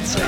перцы.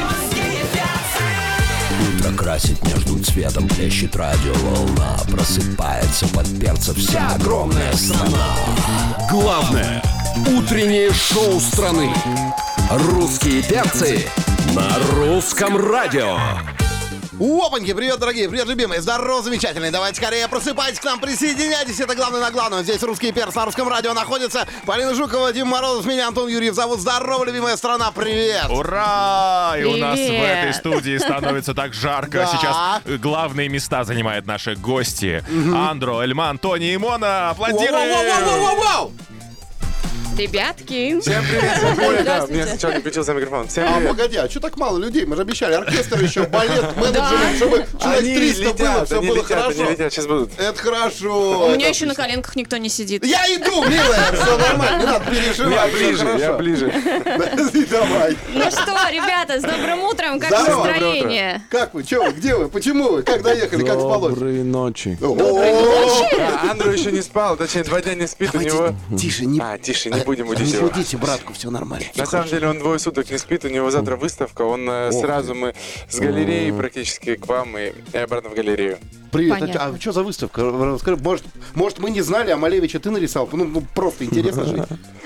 Утро красит между цветом, плещет радиоволна. Просыпается под перцем вся огромная страна. Главное утреннее шоу страны. Русские перцы на русском радио. Опаньки, привет, дорогие, привет, любимые, здорово, замечательные. Давайте скорее просыпайтесь к нам, присоединяйтесь. Это главное на главном. Здесь русский перц на русском радио находится. Полина Жукова, Дима Морозов, меня Антон Юрьев зовут. Здорово, любимая страна, привет. Ура! И у Привет. нас в этой студии становится так жарко. Да. Сейчас главные места занимают наши гости. Андро, Эльман, Тони и Мона. Аплодируем! Воу-воу-воу-воу-воу-воу! Ребятки. Всем привет! Да, у меня сначала не включился микрофон. Всем А, привет! погоди, а что так мало людей? Мы же обещали оркестр еще, балет, менеджеры, чтобы человек 300 было, все было хорошо. они летят, сейчас будут. Это хорошо. У меня это еще на отлично. коленках никто не сидит. Я иду, милая, все нормально, не надо переживать. Я ближе. Давай. Ну что, ребята, с добрым утром, как Здорово. настроение? Как вы, че вы, где вы, почему вы, как доехали, как спалось? Доброй ночи. О, Андрю еще не спал, точнее 2 дня не спит, у него... Тише, не... Тише, не будем будить Не его. будите, братку, все нормально. На самом деле он 2 суток не спит, у него завтра выставка, он сразу мы с галереи практически к вам и обратно в галерею. Привет, Понятно. а что за выставка? Расскажи, может, мы не знали, а Малевича ты нарисовал? Ну, просто интересно же.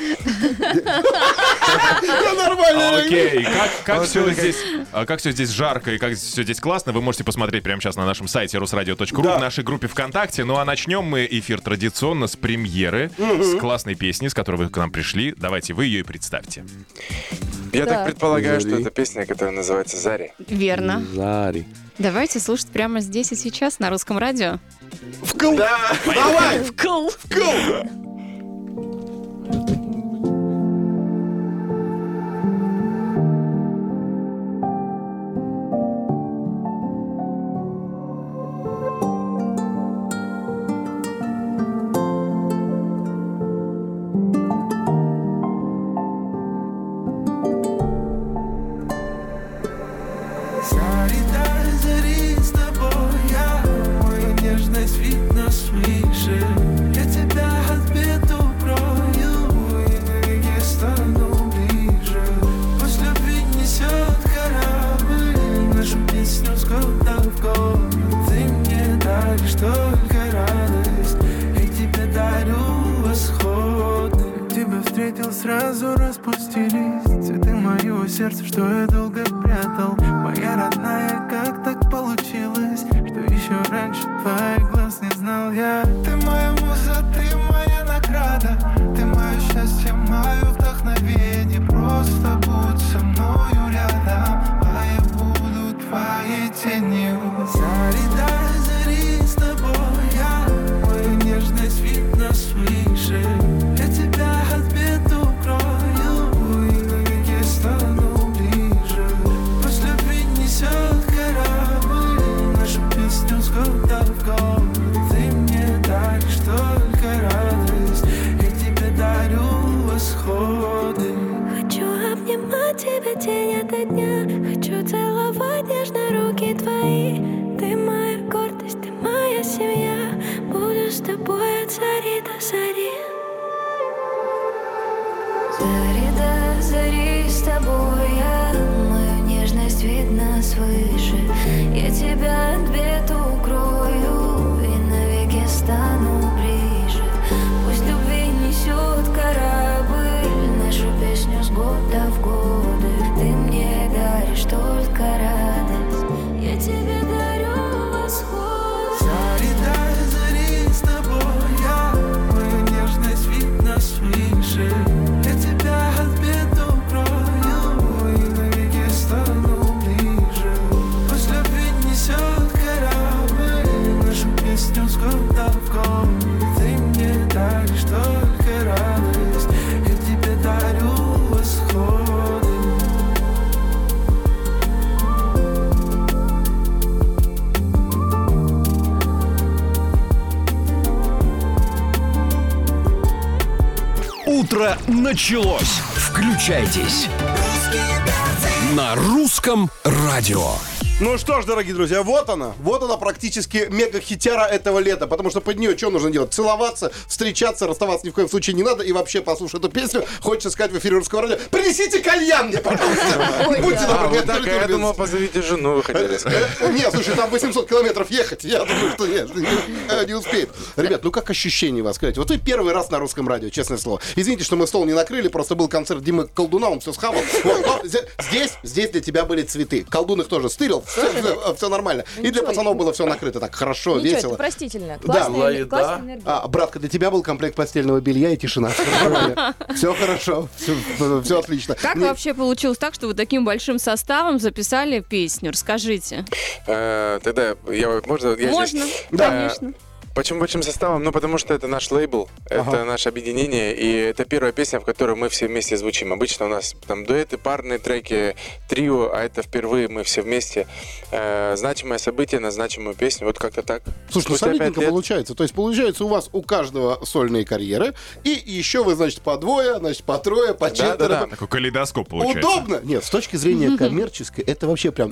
Да нормально. Окей, как все здесь жарко и как все здесь классно, вы можете посмотреть прямо сейчас на нашем сайте rusradio.ru, Да. в нашей группе ВКонтакте. Ну а начнем мы эфир традиционно с премьеры, с классной песни, с которой вы к нам пришли. Давайте вы ее и представьте. Я Да. так предполагаю, что это песня, которая называется «Зари». Верно. Зари. Давайте слушать прямо здесь и сейчас на русском радио. Вкл. Давай. Вкл. Зари, с тобой я, мою нежность видно свыше. Я тебя от бед укрою и навеки стану ближе. Пусть любви несет корабль, нашу песню с года в год. Ты мне даришь только радость, я тебе дарю восходы. Тебя встретил, сразу распустились цветы моего сердца, что я долго прятал. Моя родная, как так получилось, что еще раньше твоих глаз не знал я. Ты моя муза, ты моя награда, ты мое счастье, мое вдохновение. Просто будь со мною рядом, а я буду твоей тенью. Зари, зари с тобой я, мою нежность видно свыше. Я тебя от бед укрою и навеки стану ближе. Пусть любви несет корабль, нашу песню с года в год. Ты мне даришь только радость, я тебе дарю восходы. Хочу обнимать тебя день ото дня, хочу целовать нежно руки твои. Ты моя гордость, ты моя семья, буду с тобой от зари до зари. Зари до зари с тобой я, мою нежность видно свыше. Я тебя от бед укрою и навеки стану ближе. Пусть любви несет корабль, нашу песню с года в годы. Ты мне даришь только радость, я тебе дарю восход. Зари с тобой я, мою нежность видно свыше. Я тебя от бед укрою и навеки стану ближе. Пусть любви несет корабль, нашу песню с года в год. Ты мне даришь только радость, я тебе дарю восходы. Утро началось. Включайтесь на русском радио. Ну что ж, дорогие друзья, вот она практически мега-хитяра этого лета, потому что под нее что нужно делать? Целоваться, встречаться, расставаться ни в коем случае не надо, и вообще послушать эту песню. Хочется сказать в эфире Русского радио: принесите кальян мне, пожалуйста. Будьте добры, Я думал, позовите жену, вы хотели сказать. Нет, слушай, там 800 километров ехать, я думаю, что нет, не успеет. Ребят, ну как ощущение у вас, скажите? Вот вы первый раз на Русском радио, честное слово. Извините, что мы стол не накрыли, просто был концерт Димы Колдуна, он все схавал. Здесь для тебя были цветы. Колдун их тоже стырил, все нормально. И для пацанов было все накрыто так хорошо, Ничего, весело. это простительно. Да. Классная энергия. Братка, для тебя был комплект постельного белья и тишина. Все хорошо, все отлично. Как вообще получилось так, что вы таким большим составом записали песню? Расскажите. Тогда можно? Можно, конечно. Почему большим составом? Ну, потому что это наш лейбл, это наше объединение, и это первая песня, в которой мы все вместе звучим. Обычно у нас там дуэты, парные треки, трио, а это впервые мы все вместе. Значимое событие на значимую песню, вот как-то так. Слушай, ну Спустя 5 солидненько лет. получается. То есть получается у вас у каждого сольные карьеры, и еще вы, значит, по двое, значит, по трое, по четверо. Да. Такой калейдоскоп получается. Удобно? Нет, с точки зрения коммерческой, это вообще прям...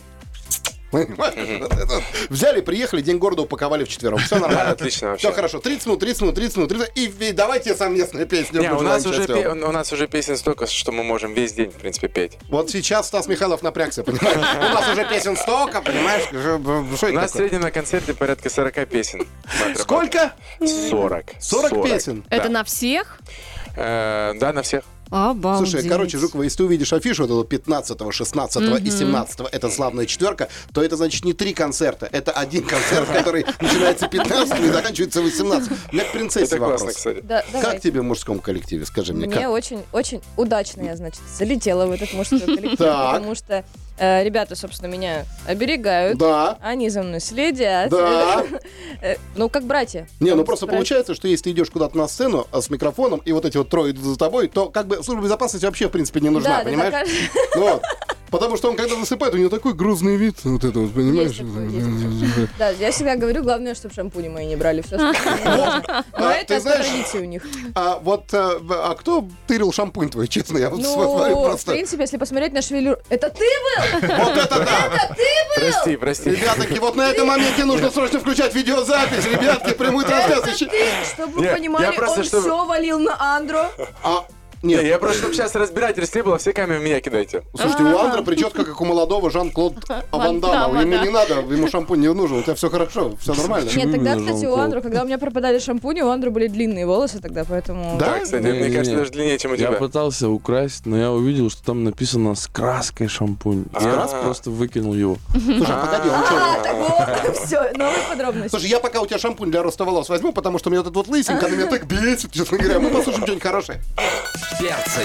Взяли, приехали, День города упаковали вчетвером. Все нормально. Отлично вообще. Все хорошо. 30 минут. И давайте совместную песню. Не, у нас пожелаем уже песен столько, что мы можем весь день, в принципе, петь. Вот сейчас Стас Михайлов напрягся, понимаешь? У нас уже песен столько, понимаешь? Что У это нас в такое? среднем на концерте порядка 40 песен. Сколько? 40. 40 песен. Это на всех? Да, на всех. Обалдеть. Слушай, короче, Жукова, если ты увидишь афишу вот эту 15, 16 и 17, это славная четверка, то это, значит, не 3 концерта. Это один концерт, который начинается 15 и заканчивается 18. У меня к принцессе Это классно, вопрос. кстати. Да, Как давай. тебе в мужском коллективе? Скажи мне, Мне как? очень удачно я, значит, залетела в этот мужской коллектив, Так. потому что ребята, собственно, меня оберегают. Да. Они за мной следят. Да. Ну, как братья. Не, ну Там просто братья. получается, что если ты идешь куда-то на сцену с микрофоном, и вот эти вот трое идут за тобой, то как бы служба безопасности вообще, в принципе, не нужна, Да, понимаешь? так, Ну вот. Потому что он, когда засыпает, у него такой грузный вид, вот это вот, понимаешь? Да, я всегда говорю, главное, чтобы шампуни мои не брали. Все остальное. Но А, это ты по знаешь, традиции у них. а кто тырил шампунь твой, честно? Я вот смотрю Ну, в просто. принципе, если посмотреть на шевелюру... Это ты был? Вот это да! Прости. Ребятки, вот на этом моменте нужно срочно включать видеозапись. Ребятки, прямую трансляцию. Чтобы вы Нет, понимали, я просто, он чтобы- все валил на Андро. Нет, Я просто, чтобы сейчас разбирательств не было, все камни в меня кидайте. слушайте, у Андра прическа, как у молодого Жан-Клод Ван Дамма. Ему не надо, ему шампунь не нужен, у тебя все хорошо, все нормально. Нет, тогда, именно кстати, у Жан-Клод? Андру, когда у меня пропадали шампуни, у Андру были длинные волосы тогда, поэтому... Да? Кстати, Не-не-не. мне кажется, даже длиннее, чем у Я тебя. пытался украсть, но я увидел, что там написано с краской шампунь. Я просто выкинул его. Слушай, погоди, он что? Так вот, все, новые подробности. Слушай, я пока у тебя шампунь для роста волос возьму, потому что мне вот этот вот лысенька, она меня так бесит, честно говоря. Мы послушаем что-нибудь хорошее. Перцы.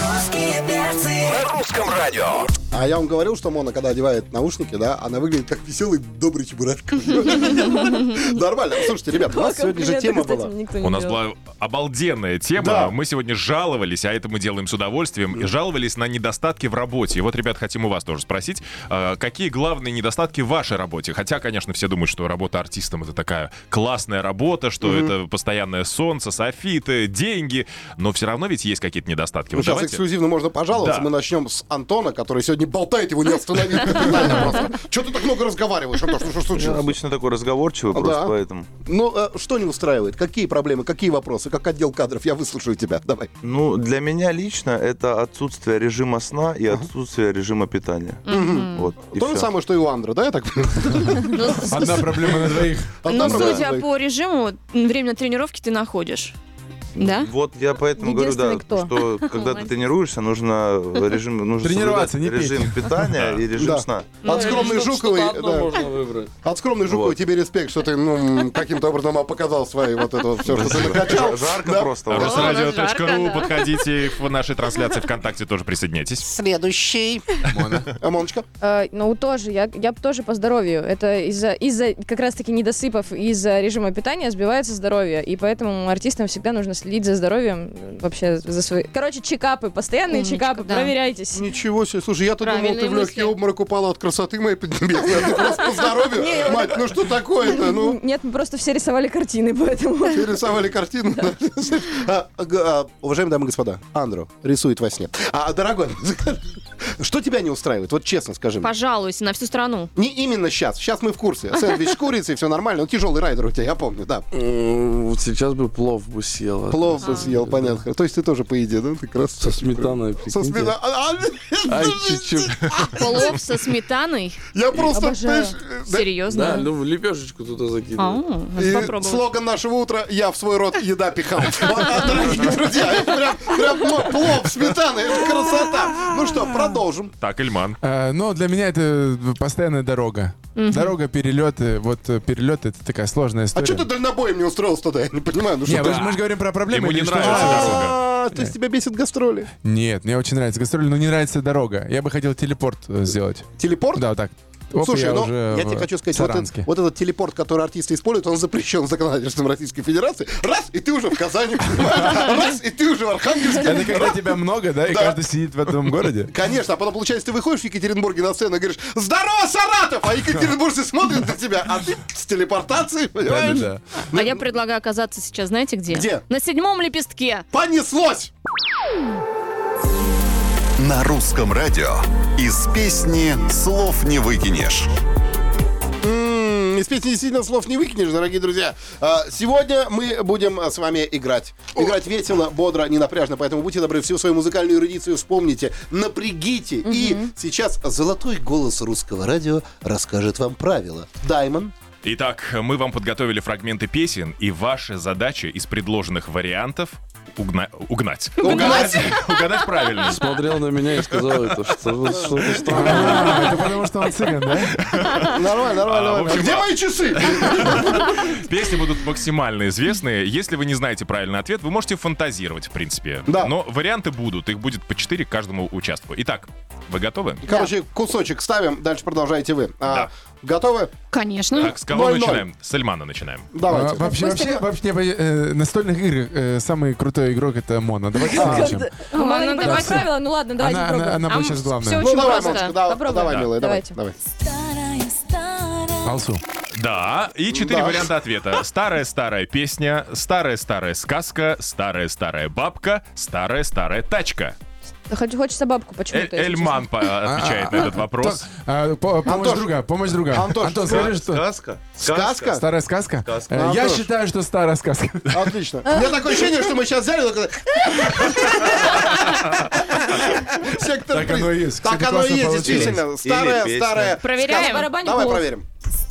На Русском радио. А я вам говорил, что Мона, когда одевает наушники, да, она выглядит как веселый, добрый чебурашка. Нормально. Слушайте, ребят, у нас сегодня же тема была. У нас была обалденная тема. Да. Мы сегодня жаловались, а это мы делаем с удовольствием, и жаловались на недостатки в работе. И вот, ребят, хотим у вас тоже спросить, какие главные недостатки в вашей работе? Хотя, конечно, все думают, что работа артистом — это такая классная работа, что это постоянное солнце, софиты, деньги, но все равно ведь есть какие-то недостатки. Ну, Вот сейчас давайте. эксклюзивно можно пожаловаться. Да. Мы начнем с Антона, который сегодня болтает, его не остановить капитально просто. Чего ты так много разговариваешь, Антон? Что Я случилось? обычно такой разговорчивый, просто Да. поэтому. Ну, что не устраивает? Какие проблемы, какие вопросы? Как отдел кадров? Я выслушаю тебя. Давай. Ну, для меня лично это отсутствие режима сна и отсутствие режима питания. Вот, и То же всё. самое, что и у Андра, да, я так понимаю? Одна проблема на двоих. Одна Ну, проблема. судя по режиму, время на тренировке ты находишь. Да? Вот я поэтому говорю, да, Единственный что когда ты тренируешься, нужно нужно Тренироваться, соблюдать не петь. режим питания и режим Да. сна. От скромной Жуковой, да. можно выбрать. От скромной Жуковой Вот. тебе респект, что ты, ну, каким-то образом показал свои вот это вот все, что ты накачал. Жарко Да. просто. вот. Русрадио.ру, жарко, да. подходите в нашей трансляции ВКонтакте, тоже присоединяйтесь. Следующий. Моночка. Ну, тоже, я тоже по здоровью. Это из-за как раз-таки недосыпов, из-за режима питания сбивается здоровье. И поэтому артистам всегда нужно следить следить за здоровьем, вообще за свои... Короче, чекапы, постоянные Умничка, чекапы, да. проверяйтесь. Ничего себе. Слушай, я-то думал, Правильные ты в легкий мысли. обморок упала от красоты моей поднебесной. А ты просто по здоровью. Мать, ну что такое-то? Ну, Нет, мы просто все рисовали картины, поэтому... вы рисовали картину. Уважаемые дамы и господа, Андро рисует во сне. Дорогой, что тебя не устраивает? Вот честно скажи мне. Пожалуйся, на всю страну. Не именно сейчас. Сейчас мы в курсе. Сэндвич с курицей, все нормально. Ну, тяжелый райдер у тебя, я помню, да. Вот сейчас бы плов бы съела. Плов бы съел, понятно. То есть ты тоже по еде, да? Ты красавчик. Со сметаной, Со прикиньте. сметаной. Ай, чуть-чуть. Плов со сметаной? Я просто, Обожаю. знаешь, Серьезно? Да, ну лепешечку туда закидываю. и Надо попробовать. слоган нашего утра: я в свой рот еда пихал. Вот, дорогие друзья, это прям плов, сметана, это красота. Ну что, продолжим. Так, Ильман. Ну, для меня это постоянная дорога. Дорога, перелеты. Вот перелет — это такая сложная история. А что ты дальнобоем не устроился тогда? Я не понимаю. Ну Не, что ты? мы же говорим про проблемы. Ему не или что? нравится дорога. То есть тебя бесит гастроли? Нет, мне очень нравится гастроли, но не нравится дорога. Я бы хотел телепорт сделать. Телепорт? Да, вот так. Оп, Слушай, ну, уже я в тебе хочу сказать, вот Саранске. этот телепорт, который артисты используют, он запрещен законодательством Российской Федерации. Раз, и ты уже в Казани, понимаешь? Раз, и ты уже в Архангельске. Это когда тебя много, да, и Да. каждый сидит в этом городе? Конечно, а потом, получается, ты выходишь в Екатеринбурге на сцену и говоришь: «Здорово, Саратов!» А екатеринбуржцы смотрят на тебя, а ты с телепортацией, понимаешь? Да. А я предлагаю оказаться сейчас, знаете где? Где? На 7-м лепестке. Понеслось! На русском радио из песни слов не выкинешь. Из песни действительно слов не выкинешь, дорогие друзья. Сегодня мы будем с вами играть. Играть весело, бодро, не напряжно. Поэтому будьте добры, всю свою музыкальную эрудицию вспомните, напрягите. И сейчас золотой голос русского радио расскажет вам правила. Даймон. Итак, мы вам подготовили фрагменты песен, и ваша задача из предложенных вариантов угнать. Угадать правильно. Смотрел на меня и сказал это, что-то странное. Это потому что он цыган, да? Нормально, в общем, Где мои часы? Песни будут максимально известные. Если вы не знаете правильный ответ, вы можете фантазировать, в принципе. Да. Но варианты будут. Их будет по 4 к каждому участку. Итак, вы готовы? Короче, кусочек ставим, дальше продолжаете вы. Да. Готовы? Конечно. Так, с кого 0-0. начинаем? С Эльмана начинаем. Давайте. Вообще, настольных игр самый крутой игрок — это Мона. Давайте начнем. Мама не ну, понимает давайте. правила, ну ладно, давайте попробуем. Она будет сейчас главная. всё Ну очень давай, просто. Монечка, Попробуем. давай, Да. милая, давай. Давайте. Алсу. Да, и 4 Да. варианта ответа. Старая-старая песня, старая-старая сказка, старая-старая бабка, старая-старая тачка. Хочется бабку почему-то. если Эльман отвечает на этот вопрос. Помощь друга. Антош, Антон, скажи, что... Сказка. Сказка? Старая сказка? Сказка. Я Антош. считаю, что старая сказка. Отлично. У меня такое ощущение, что мы сейчас взяли только... Сектор Так оно и есть. Так Кстати, оно и классно есть, получилось. действительно. Или Старая, песня. старая. Проверяем. сказка. Барабаним Давай голос. проверим.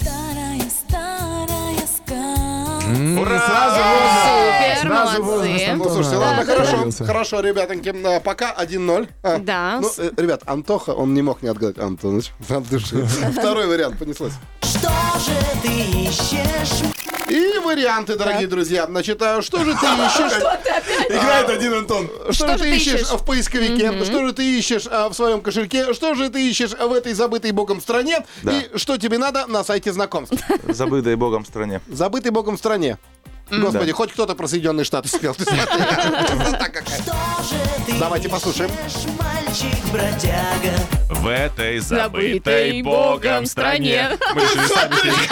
Ура! Супер, Сразу молодцы. возраст Ну, Антона слушайте, ладно, хорошо, появился. хорошо, ребятоньки. Пока 1-0. Да. Ну, ребят, Антоха, он не мог не отгадать. Антоныч, от души. Второй вариант, понеслось. Что же ты ищешь? И варианты, дорогие друзья. Значит, что же ты ищешь? Играет один Антон. Что же ты ищешь в поисковике? Что же ты ищешь в своем кошельке? Что же ты ищешь в этой забытой богом стране? Да. И что тебе надо на сайте знакомств? Забытой богом стране. Забытой богом стране. Господи, хоть кто-то про Соединенные Штаты спел. Ты смотри. Красота какая. Давайте послушаем. Мальчик-бродяга. В этой забытой Забытой богом богом стране. стране. Мы решили сами петь.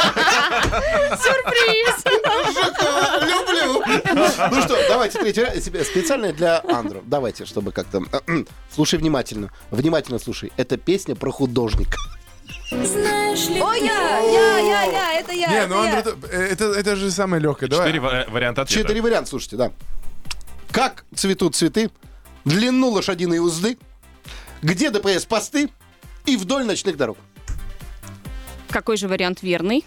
Сюрприз. Люблю. Ну что, давайте третий вариант. Специально для Андро. Давайте, чтобы как-то... Слушай внимательно. Внимательно слушай. Это песня про художника. Знаешь ли Ой, ты? я, это я. Не, это ну я. это же самое легкое. 4 Давай. варианта ответа. 4 варианта, слушайте, да. Как цветут цветы, длину лошадиной узды, где ДПС посты и вдоль ночных дорог. Какой же вариант верный?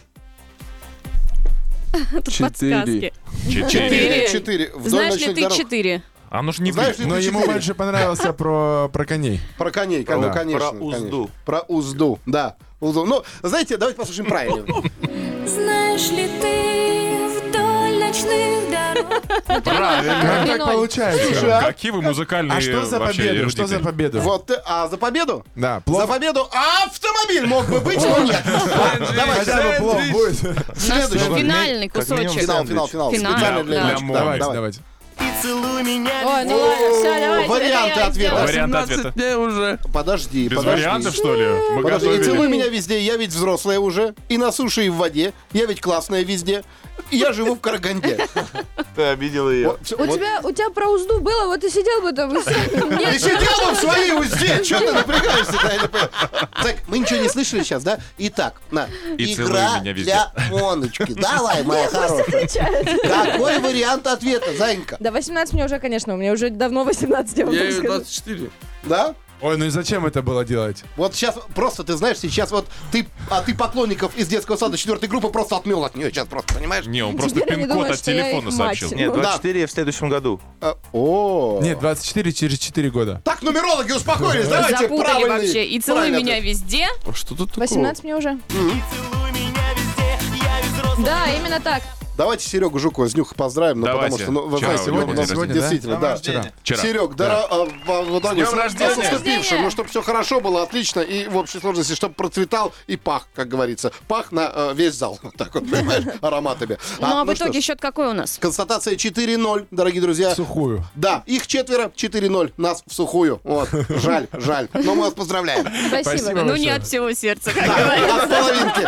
Тут 4. подсказки. 4. 4. Вдоль Знаешь ли ночных ты дорог. 4? А оно же не Знаешь ли влезет. Но ты ему 4? больше понравился про коней. Про коней, Да. конечно. Про узду. конечно. Про узду, да. Узду. Ну, знаете, давайте послушаем правильно. Знаешь ли ты вдоль ночных дорог? Правильно. Как так получается? Какие вы музыкальные А что за вообще победу? Что за эрудиты. победу? Вот, а за победу? Да, За плов. победу автомобиль мог бы быть, но нет. Давайте. Хотя бы плов будет. Следующий. Финальный как минимум кусочек. Финал. Финал, Специально для да. мальчика. Давайте, Давай. давайте. целуй меня. Ой, ну ладно, все, давайте. Варианты ответа. Варианты ответа. дней уже. Подожди, Без подожди. вариантов, что ли? Мы Подожди, и готовили. целуй меня везде, я ведь взрослая уже. И на суше, и в воде. Я ведь классная везде. И я живу в Караганде. Ты обидел ее. Вот, всё, У вот. тебя про узду было, вот ты сидел бы там. Ты сидел бы в своей узде, что ты напрягаешься-то, я не понимаю. Так, мы ничего не слышали сейчас, да? Итак, на. И целуй Игра меня везде. для Моночки. Давай, моя хорошая. Какой вариант ответа, Занька? Да, 18 мне уже, конечно, у меня уже давно 18, я вам Я так ей скажу. 24. Да? Ой, ну и зачем это было делать? Вот сейчас, просто ты знаешь, сейчас вот ты поклонников из детского сада 4 группы просто отмел от нее сейчас просто, понимаешь? Не, он просто Теперь они пин-код думают, от что я телефона их сообщил. мать. Нет, Да. 24 в следующем году. О. Нет, 24 через 4 года. Так, нумерологи, успокоились, давайте Запутали правильный. вообще. И целуй правильный меня ответ. везде. А что тут такого? 18 мне уже. Целуй меня везде, я ведь взрослый. Да, именно так. Давайте Серегу Жукова с Нюх поздравим, ну, потому Давайте. что, ну, вы Вчера знаете, сегодня у нас день рождения, действительно, да? да. Вчера. Вчера. Серег, с наступившим, ну, чтобы все хорошо было, отлично, и в общей сложности, чтобы процветал и пах, как говорится. Пах на весь зал, вот так вот, понимаешь, ароматами. Ну а в ну что итоге ж, счет какой у нас? констатация 4-0, дорогие друзья. Сухую. Да, их 4, 4-0, нас в сухую. Вот, жаль, но мы вас поздравляем. Спасибо. Ну не большое. от всего сердца, как Да, говорится. от половинки.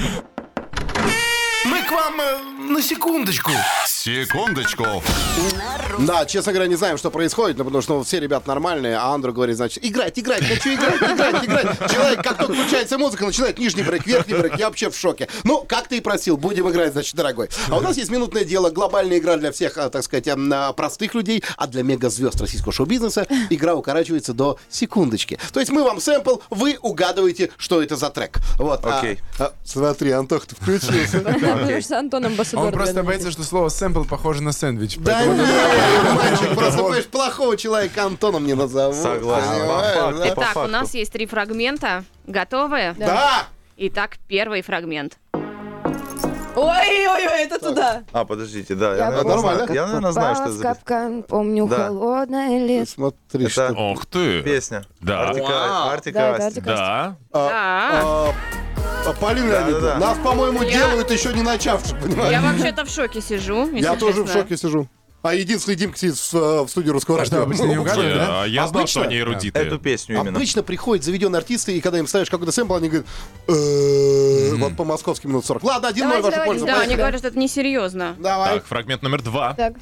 Мы к вам на секундочку. Секундочку. Да, честно говоря, не знаем, что происходит, но потому что все ребята нормальные, а Андро говорит, значит, играть, хочу играть. Человек, как только включается музыка, начинает нижний брейк, верхний брейк, я вообще в шоке. Ну, как ты и просил, будем играть, значит, дорогой. А у нас есть минутное дело, глобальная игра для всех, так сказать, простых людей, а для мегазвезд российского шоу-бизнеса игра укорачивается до секундочки. То есть мы вам сэмпл, вы угадываете, что это за трек. Вот. Окей. Смотри, Антох, ты включился. Потому что Антон амбассадор. Он просто для боится, что слово «сэмпл» похоже на сэндвич. Да поэтому- нет, мальчик, просто, понимаешь, плохого человека Антоном не назовут. Согласен. Понимаешь, По факту. да? Итак, у факту. нас есть 3 фрагмента. Готовы? Да! Итак, первый фрагмент. Ой-ой-ой, это туда. А, подождите, да. Я Я, наверное, нормально. знаю, я, наверное, знаю, что Попала это в за капкан, помню Да. холодное лето. Смотри, Это- что... Ох ты. песня. Да. Артика Да, это Асти. Артик Асти. Да. Да. Полина Да, Леонидовна, да, да. нас, по-моему, Я- делают еще не начавших, понимаешь? Я вообще-то в шоке сижу. если Я тоже в честно. шоке сижу. А единственный Димка сидит в студии русского А что, радио. обычно не угадывают, да? Я знал, Обычно- что они эрудиты. Эту песню именно. Обычно приходят заведенные артисты, и когда им ставишь какой-то сэмпл, они говорят, вот по-московски минут 40. Ладно, 1-0 Давайте, вашу давайте. пользу. Да, они Поехали. говорят, что это несерьезно. Давай. Так, фрагмент номер 2. Так.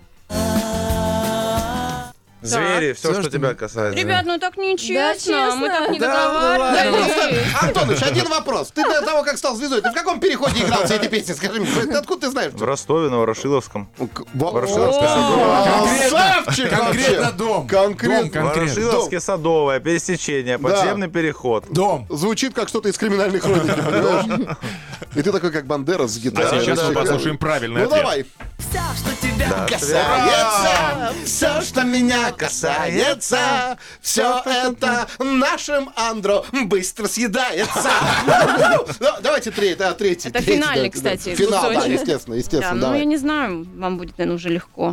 Звери, все, Всё, что что тебя касается. Ребят, ну так нечестно. честно. Мы так не Да договаривались. просто, Антоныч, один вопрос. Ты до того, как стал звездой, ты в каком переходе играл все эти песни? Скажи мне, откуда ты знаешь? В Ростове, на Ворошиловском. Ворошиловский Конкретно, конкретно дом. Конкретно. Дом конкретно. Ворошиловское садовое, пересечение, подземный переход. Дом. Звучит как что-то из криминальной хроники, понимаешь? И ты такой, как Бандерас с А гитарой. сейчас мы Шикарно. послушаем правильный Ну ответ. давай. Все, что тебя Да, Касается, все, что меня касается, все это нашим Андро быстро съедается. Ну, давайте третий. Это финальный, кстати, Финал, да, кусочек. естественно, Да, естественно. ну я Давай. не знаю, вам будет, наверное, уже легко.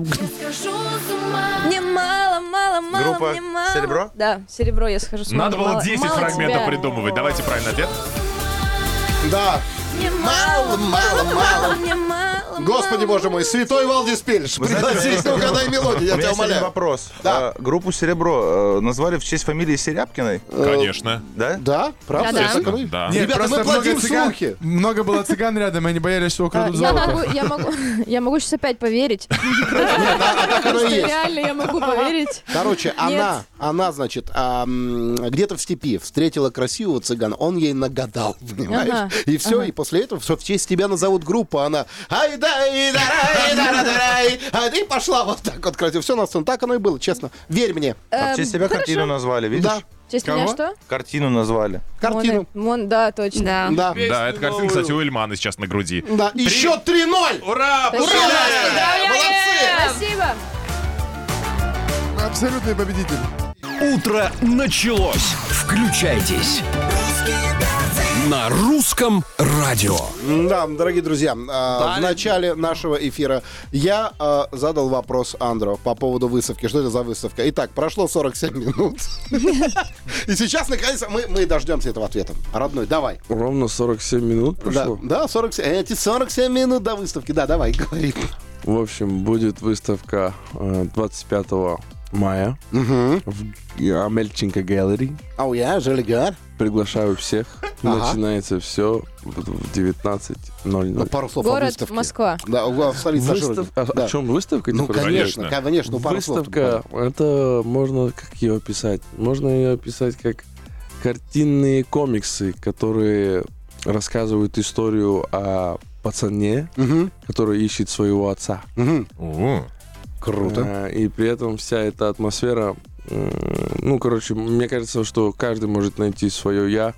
Мне мало, Группа мне мало. «Серебро»? Да, серебро я схожу с ума. Надо было Мало- 10 мало фрагментов тебя. придумывать. Давайте правильный ответ. Да. Мне Мало, мало. мне мало. Господи, боже мой, святой Валдис Пельш, пригласись, ну угадай мелодию, я У меня тебя есть один умоляю. вопрос. Да. Группу «Серебро» назвали в честь фамилии Серябкиной? Конечно. Да? Да, правда? Да-да. Так оно и- Да. Нет, Ребята, просто мы плодим много цыган- слухи. Много было цыган рядом, и они боялись, что украдут Я золото. я могу сейчас опять поверить. А так оно и есть. Реально, я могу поверить. Короче, она, значит, где-то в степи встретила красивого цыгана, он ей нагадал, понимаешь? Ага, И все, и после этого все в честь тебя назовут группу, она ай-дай-дарай-дарай-дарай, а ты пошла вот так вот красиво. Все на сцену, так оно и было, честно. Верь мне. А в честь тебя картину назвали, видишь? Да, В честь меня Кого? что? Картину назвали. картину. Да, точно. Да. Да. Да, эта картина, кстати, у Эльмана сейчас на груди. Да, еще 3-0! Ура! Спасибо. Молодцы! Спасибо. Абсолютный победитель. Утро началось. Включайтесь. На русском радио. Да, дорогие друзья, в начале нашего эфира я задал вопрос Андро по поводу выставки. Что это за выставка? Итак, прошло 47 минут. И сейчас, наконец, мы дождемся этого ответа. Родной, давай. Ровно 47 минут Да, прошло. да, 47. Эти 47 минут до выставки. Да, давай, говори. В общем, будет выставка 25 мая в Амельченко Gallery. Oh yeah, really good. Приглашаю всех. Ага. Начинается все в 19:00. Пару слов о Город выставке. Москва. Да, в столице нашей Родины. О чем выставка? Ну, конечно, конечно. Пару слов. Выставка, это можно, как ее описать? Можно ее описать как картинные комиксы, которые рассказывают историю о пацане, который ищет своего отца. Круто. И при этом вся эта атмосфера, ну, короче, мне кажется, что каждый может найти свое «я»,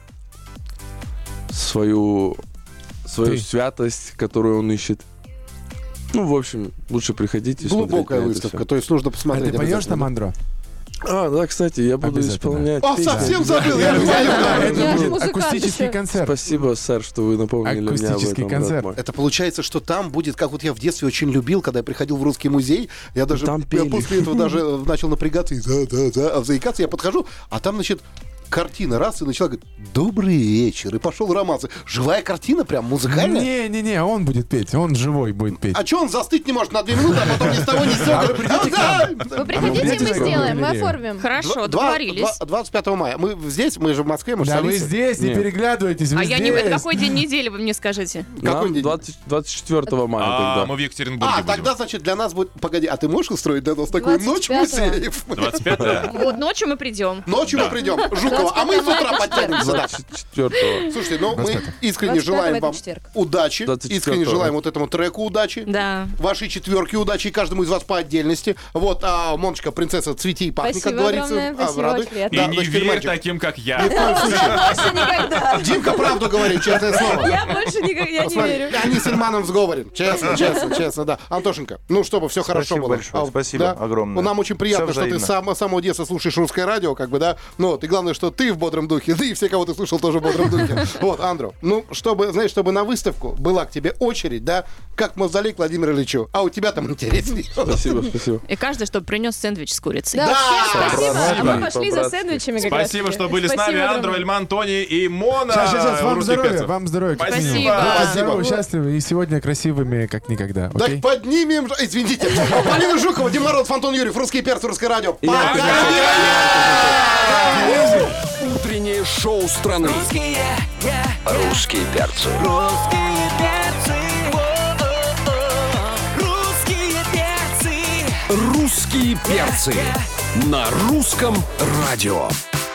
свою святость, которую он ищет. Ну, в общем, лучше приходите. Глубокая выставка, то есть нужно посмотреть. А ты поешь там, Андро? Да, кстати, я буду исполнять. Совсем забыл! Это будет акустический концерт. Спасибо, сэр, что вы напомнили мне об этом. Акустический концерт. Это получается, что там будет, как вот я в детстве очень любил, когда я приходил в Русский музей, я даже после этого даже начал напрягаться и заикаться, я подхожу, а там, значит, картина раз, и начала говорить: «Добрый вечер», и пошел романс. Живая картина, прям музыкальная. Не-не-не, он будет петь, он живой будет петь. А что он застыть не может на 2 минуты, а потом ни с того ни с сего? Вы приходите, мы сделаем, мы оформим. Хорошо, договорились. 25 мая. Мы здесь, мы же в Москве, мы же Да вы столица. здесь, не переглядывайтесь, вы А здесь. я не... Какой день недели, вы мне скажите? Какой день? 24 мая тогда. Мы в Екатеринбурге будем. Тогда, значит, для нас будет... Погоди, а ты можешь устроить для нас такую ночь 25-го. музеев? 25-е? Вот ночью мы придем. Ночью мы придем, Жукова, а мы с утра подтянемся. Да. 24-го. Слушайте, ну мы искренне желаем вам удачи, 24-го. искренне желаем вот этому треку удачи, Да. вашей четверке удачи, и каждому из вас по отдельности. Вот, Моночка, принцесса, цвети и пахни, как Спасибо говорится. огромное, спасибо, Радуй. очень приятно. И Да, не дочка, верь мальчик. таким, как я. Ни в коем случае. Больше никогда. Димка правду говорит, честное слово. Я больше никогда не Посмотри, верю. они с Ильманом в сговоре. Честно, да. Антошенька, ну, чтобы все хорошо Спасибо было. большое, спасибо огромное. Ну, нам очень приятно, Всё что ты взаимно. с самого детства слушаешь русское радио, как бы, да. Ну, вот, и главное, что ты в бодром духе, да и все, кого ты слушал, тоже в бодром духе. Вот, Андро, ну, чтобы, знаешь, чтобы на выставку была к тебе очередь, да, как мавзолей к Владимиру Ильичу, а у тебя там интереснее. Спасибо. И каждый, чтобы принес сэндвич с курицей. Да, всем спасибо. А Спасибо. мы пошли за сэндвичами как раз. Спасибо, что были с Спасибо нами. Андро, огромное. Эльман, Тони и Мона. Сейчас, вам Русских здоровья, перцев. вам здоровья. как Спасибо. минимум. Спасибо. Здоровы, счастливы и сегодня красивыми, как никогда. Так Окей? поднимем... Извините. Полина Жукова, Дима Мороз, Антон Юрьев, Русские перцы, Русское радио. Утреннее шоу страны. Русские перцы. Русские перцы на русском радио.